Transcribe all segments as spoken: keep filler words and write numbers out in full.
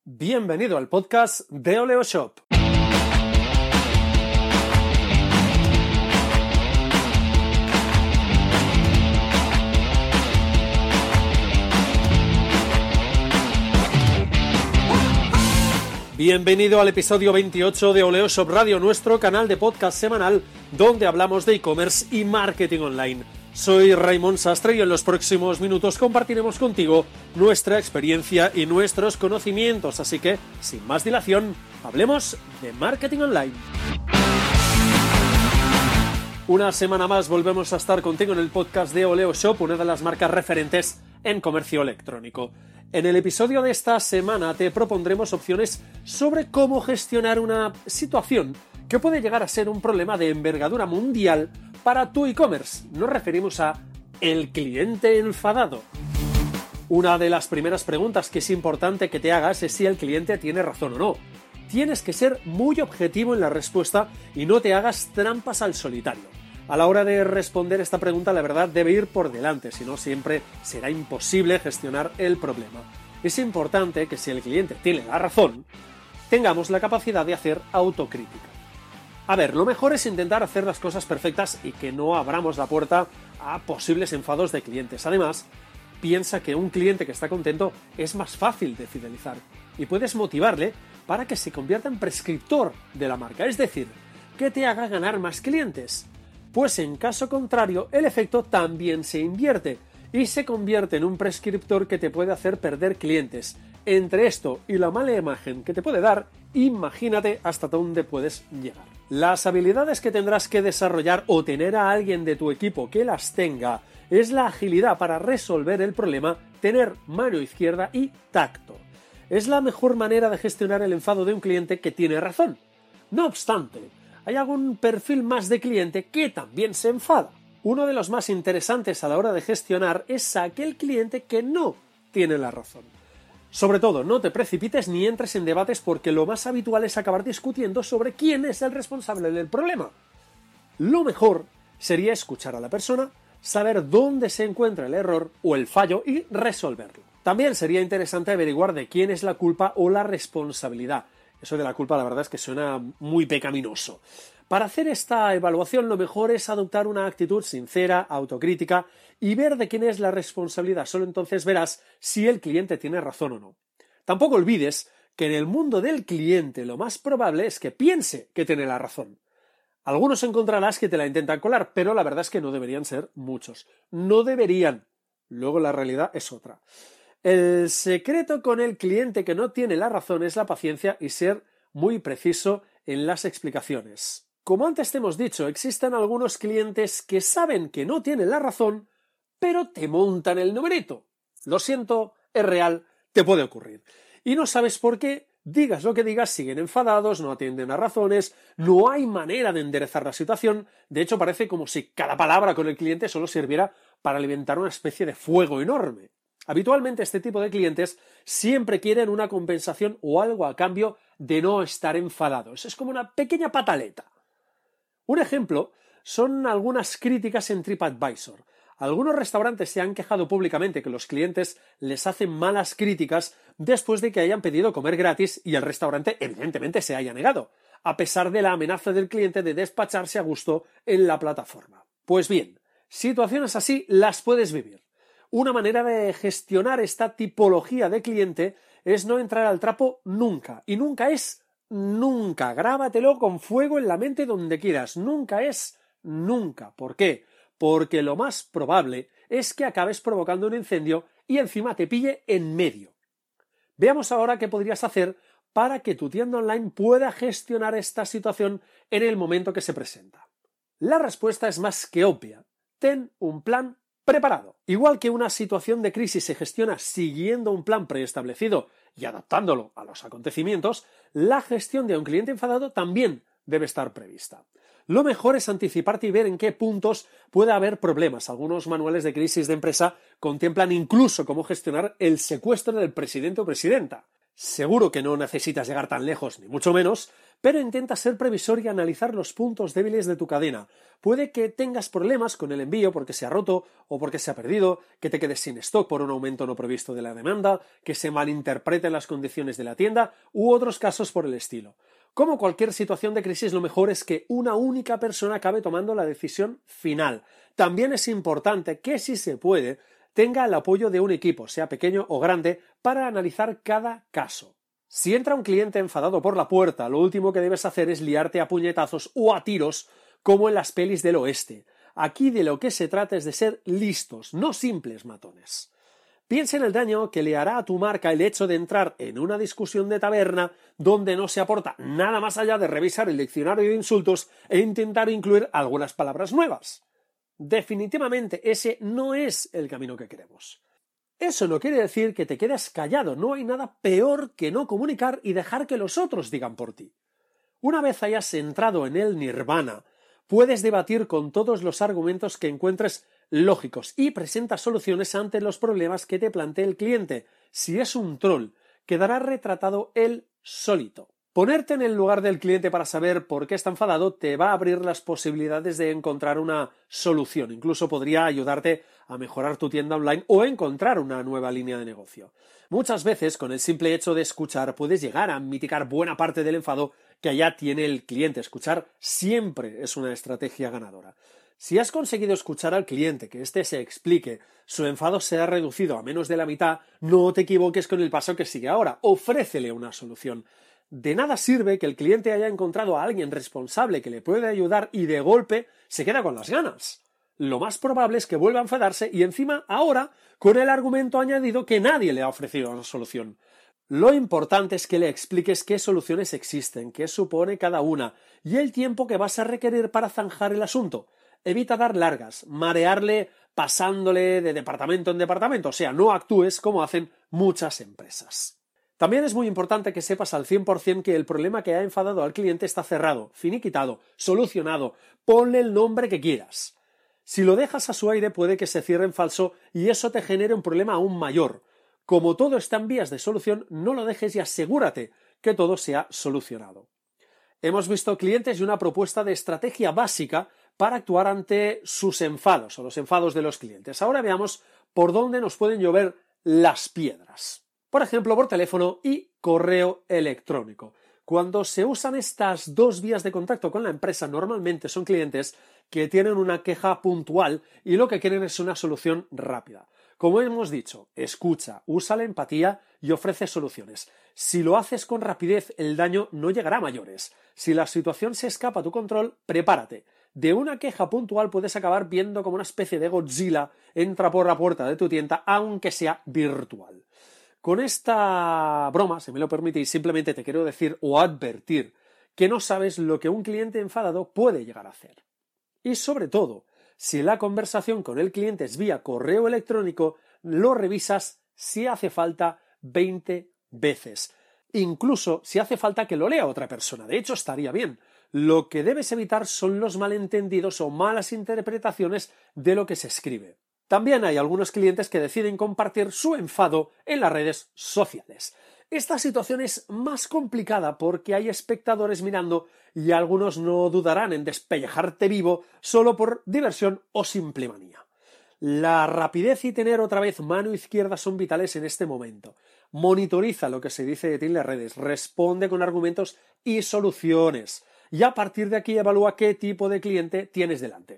Bienvenido al podcast de Oleo Shop. Bienvenido al episodio veintiocho de Oleo Shop Radio, nuestro canal de podcast semanal donde hablamos de e-commerce y marketing online. Soy Raymond Sastre y en los próximos minutos compartiremos contigo nuestra experiencia y nuestros conocimientos, así que, sin más dilación, hablemos de marketing online. Una semana más volvemos a estar contigo en el podcast de Oleo Shop, una de las marcas referentes en comercio electrónico. En el episodio de esta semana te propondremos opciones sobre cómo gestionar una situación que puede llegar a ser un problema de envergadura mundial para tu e-commerce. Nos referimos a el cliente enfadado. Una de las primeras preguntas que es importante que te hagas es si el cliente tiene razón o no. Tienes que ser muy objetivo en la respuesta y no te hagas trampas al solitario. A la hora de responder esta pregunta, la verdad debe ir por delante, si no siempre será imposible gestionar el problema. Es importante que si el cliente tiene la razón, tengamos la capacidad de hacer autocrítica. A ver, lo mejor es intentar hacer las cosas perfectas y que no abramos la puerta a posibles enfados de clientes. Además, piensa que un cliente que está contento es más fácil de fidelizar y puedes motivarle para que se convierta en prescriptor de la marca, es decir, que te haga ganar más clientes. Pues en caso contrario, el efecto también se invierte y se convierte en un prescriptor que te puede hacer perder clientes. Entre esto y la mala imagen que te puede dar, imagínate hasta dónde puedes llegar. Las habilidades que tendrás que desarrollar o tener a alguien de tu equipo que las tenga es la agilidad para resolver el problema, tener mano izquierda y tacto. Es la mejor manera de gestionar el enfado de un cliente que tiene razón. No obstante, hay algún perfil más de cliente que también se enfada. Uno de los más interesantes a la hora de gestionar es aquel cliente que no tiene la razón. Sobre todo, no te precipites ni entres en debates porque lo más habitual es acabar discutiendo sobre quién es el responsable del problema. Lo mejor sería escuchar a la persona, saber dónde se encuentra el error o el fallo y resolverlo. También sería interesante averiguar de quién es la culpa o la responsabilidad. Eso de la culpa la verdad es que suena muy pecaminoso. Para hacer esta evaluación lo mejor es adoptar una actitud sincera, autocrítica y ver de quién es la responsabilidad. Solo entonces verás si el cliente tiene razón o no. Tampoco olvides que en el mundo del cliente lo más probable es que piense que tiene la razón. Algunos encontrarás que te la intentan colar, pero la verdad es que no deberían ser muchos. No deberían. Luego la realidad es otra. El secreto con el cliente que no tiene la razón es la paciencia y ser muy preciso en las explicaciones. Como antes te hemos dicho, existen algunos clientes que saben que no tienen la razón, pero te montan el numerito. Lo siento, es real, te puede ocurrir. Y no sabes por qué, digas lo que digas, siguen enfadados, no atienden a razones, no hay manera de enderezar la situación. De hecho, parece como si cada palabra con el cliente solo sirviera para alimentar una especie de fuego enorme. Habitualmente este tipo de clientes siempre quieren una compensación o algo a cambio de no estar enfadados. Es como una pequeña pataleta. Un ejemplo son algunas críticas en TripAdvisor. Algunos restaurantes se han quejado públicamente que los clientes les hacen malas críticas después de que hayan pedido comer gratis y el restaurante evidentemente se haya negado, a pesar de la amenaza del cliente de despacharse a gusto en la plataforma. Pues bien, situaciones así las puedes vivir. Una manera de gestionar esta tipología de cliente es no entrar al trapo nunca. Y nunca es nunca. Grábatelo con fuego en la mente donde quieras. Nunca es nunca. ¿Por qué? Porque lo más probable es que acabes provocando un incendio y encima te pille en medio. Veamos ahora qué podrías hacer para que tu tienda online pueda gestionar esta situación en el momento que se presenta. La respuesta es más que obvia. Ten un plan preparado. Igual que una situación de crisis se gestiona siguiendo un plan preestablecido y adaptándolo a los acontecimientos, la gestión de un cliente enfadado también debe estar prevista. Lo mejor es anticiparte y ver en qué puntos puede haber problemas. Algunos manuales de crisis de empresa contemplan incluso cómo gestionar el secuestro del presidente o presidenta. Seguro que no necesitas llegar tan lejos, ni mucho menos, pero intenta ser previsor y analizar los puntos débiles de tu cadena. Puede que tengas problemas con el envío porque se ha roto o porque se ha perdido, que te quedes sin stock por un aumento no previsto de la demanda, que se malinterpreten las condiciones de la tienda u otros casos por el estilo. Como cualquier situación de crisis, lo mejor es que una única persona acabe tomando la decisión final. También es importante que, si se puede, tenga el apoyo de un equipo, sea pequeño o grande, para analizar cada caso. Si entra un cliente enfadado por la puerta, lo último que debes hacer es liarte a puñetazos o a tiros como en las pelis del oeste. Aquí de lo que se trata es de ser listos, no simples matones. Piensa en el daño que le hará a tu marca el hecho de entrar en una discusión de taberna donde no se aporta nada más allá de revisar el diccionario de insultos e intentar incluir algunas palabras nuevas. Definitivamente ese no es el camino que queremos. Eso no quiere decir que te quedes callado, no hay nada peor que no comunicar y dejar que los otros digan por ti. Una vez hayas entrado en el nirvana, puedes debatir con todos los argumentos que encuentres lógicos y presenta soluciones ante los problemas que te plantee el cliente. Si es un troll, quedará retratado él solito. Ponerte en el lugar del cliente para saber por qué está enfadado te va a abrir las posibilidades de encontrar una solución. Incluso podría ayudarte a mejorar tu tienda online o encontrar una nueva línea de negocio. Muchas veces, con el simple hecho de escuchar, puedes llegar a mitigar buena parte del enfado que ya tiene el cliente. Escuchar siempre es una estrategia ganadora. Si has conseguido escuchar al cliente, que éste se explique, su enfado se ha reducido a menos de la mitad, no te equivoques con el paso que sigue ahora. Ofrécele una solución. De nada sirve que el cliente haya encontrado a alguien responsable que le puede ayudar y de golpe se queda con las ganas. Lo más probable es que vuelva a enfadarse y encima ahora con el argumento añadido que nadie le ha ofrecido una solución. Lo importante es que le expliques qué soluciones existen, qué supone cada una y el tiempo que vas a requerir para zanjar el asunto. Evita dar largas, marearle pasándole de departamento en departamento, o sea, no actúes como hacen muchas empresas. También es muy importante que sepas al cien por cien que el problema que ha enfadado al cliente está cerrado, finiquitado, solucionado. Ponle el nombre que quieras. Si lo dejas a su aire puede que se cierre en falso y eso te genere un problema aún mayor. Como todo está en vías de solución, no lo dejes y asegúrate que todo sea solucionado. Hemos visto clientes y una propuesta de estrategia básica para actuar ante sus enfados o los enfados de los clientes. Ahora veamos por dónde nos pueden llover las piedras. Por ejemplo, por teléfono y correo electrónico. Cuando se usan estas dos vías de contacto con la empresa, normalmente son clientes que tienen una queja puntual y lo que quieren es una solución rápida. Como hemos dicho, escucha, usa la empatía y ofrece soluciones. Si lo haces con rapidez, el daño no llegará a mayores. Si la situación se escapa a tu control, prepárate. De una queja puntual puedes acabar viendo como una especie de Godzilla entra por la puerta de tu tienda, aunque sea virtual. Con esta broma, si me lo permitís, simplemente te quiero decir o advertir que no sabes lo que un cliente enfadado puede llegar a hacer. Y sobre todo, si la conversación con el cliente es vía correo electrónico, lo revisas si hace falta veinte veces. Incluso si hace falta que lo lea otra persona. De hecho, estaría bien. Lo que debes evitar son los malentendidos o malas interpretaciones de lo que se escribe. También hay algunos clientes que deciden compartir su enfado en las redes sociales. Esta situación es más complicada porque hay espectadores mirando y algunos no dudarán en despellejarte vivo solo por diversión o simple manía. La rapidez y tener otra vez mano izquierda son vitales en este momento. Monitoriza lo que se dice de ti en las redes, responde con argumentos y soluciones y a partir de aquí evalúa qué tipo de cliente tienes delante.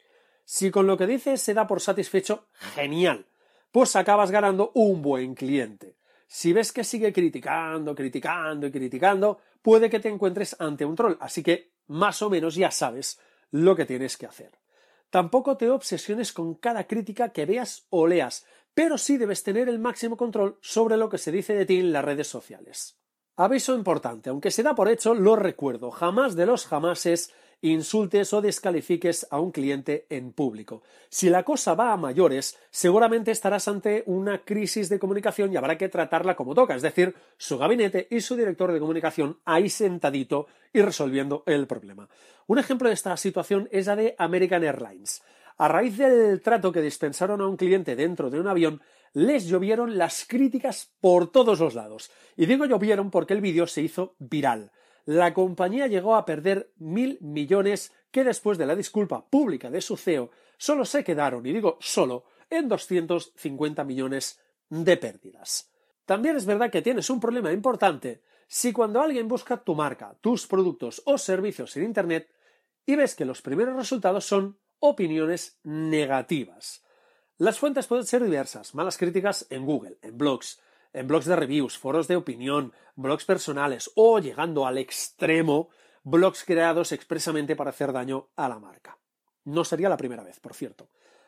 Si con lo que dices se da por satisfecho, genial, pues acabas ganando un buen cliente. Si ves que sigue criticando, criticando y criticando, puede que te encuentres ante un troll, así que más o menos ya sabes lo que tienes que hacer. Tampoco te obsesiones con cada crítica que veas o leas, pero sí debes tener el máximo control sobre lo que se dice de ti en las redes sociales. Aviso importante, aunque se da por hecho, lo recuerdo, jamás de los jamases insultes o descalifiques a un cliente en público. Si la cosa va a mayores, seguramente estarás ante una crisis de comunicación y habrá que tratarla como toca, es decir, su gabinete y su director de comunicación ahí sentadito y resolviendo el problema. Un ejemplo de esta situación es la de American Airlines. A raíz del trato que dispensaron a un cliente dentro de un avión, les llovieron las críticas por todos los lados. Y digo llovieron porque el vídeo se hizo viral. La compañía llegó a perder mil millones que después de la disculpa pública de su C E O solo se quedaron, y digo solo, en doscientos cincuenta millones de pérdidas. También es verdad que tienes un problema importante si cuando alguien busca tu marca, tus productos o servicios en Internet y ves que los primeros resultados son opiniones negativas. Las fuentes pueden ser diversas, malas críticas en Google, en blogs, en blogs de reviews, foros de opinión, blogs personales o, llegando al extremo, blogs creados expresamente para hacer daño a la marca. No sería la primera vez, por cierto.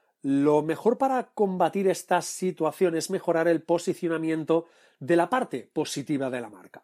Lo mejor para combatir estas situaciones es mejorar el posicionamiento de la parte positiva de la marca.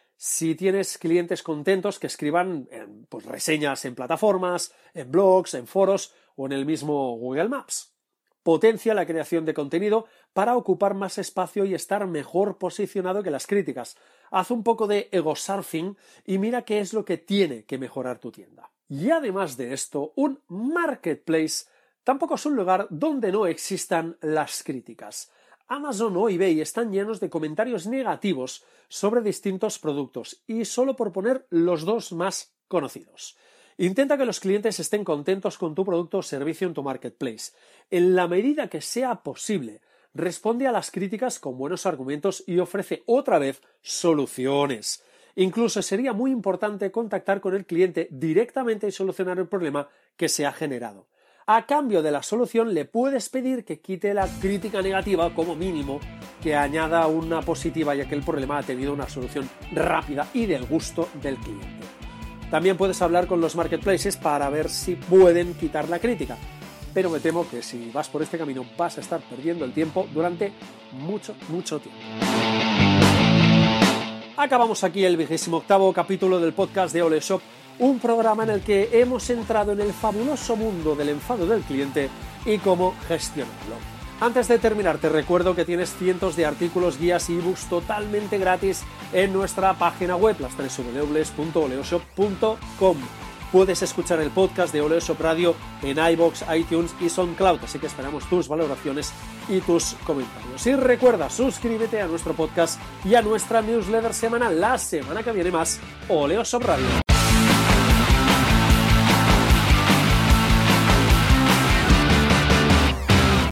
Si tienes clientes contentos que escriban en, pues, reseñas en plataformas, en blogs, en foros o en el mismo Google Maps. Potencia la creación de contenido para ocupar más espacio y estar mejor posicionado que las críticas. Haz un poco de ego surfing y mira qué es lo que tiene que mejorar tu tienda. Y además de esto, un marketplace tampoco es un lugar donde no existan las críticas. Amazon o eBay están llenos de comentarios negativos sobre distintos productos, y solo por poner los dos más conocidos. Intenta que los clientes estén contentos con tu producto o servicio en tu marketplace. En la medida que sea posible, responde a las críticas con buenos argumentos y ofrece otra vez soluciones. Incluso sería muy importante contactar con el cliente directamente y solucionar el problema que se ha generado. A cambio de la solución le puedes pedir que quite la crítica negativa, como mínimo, que añada una positiva, ya que el problema ha tenido una solución rápida y del gusto del cliente. También puedes hablar con los marketplaces para ver si pueden quitar la crítica, pero me temo que si vas por este camino vas a estar perdiendo el tiempo durante mucho, mucho tiempo. Acabamos aquí el vigésimo octavo capítulo del podcast de Oleo Shop, un programa en el que hemos entrado en el fabuloso mundo del enfado del cliente y cómo gestionarlo. Antes de terminar, te recuerdo que tienes cientos de artículos, guías y ebooks totalmente gratis en nuestra página web, las doble u doble u doble u punto oleoshop punto com. Puedes escuchar el podcast de Oleo Shop Radio en iVoox, iTunes y SoundCloud, así que esperamos tus valoraciones y tus comentarios. Y recuerda, suscríbete a nuestro podcast y a nuestra newsletter semanal. La semana que viene más Oleo Shop Radio.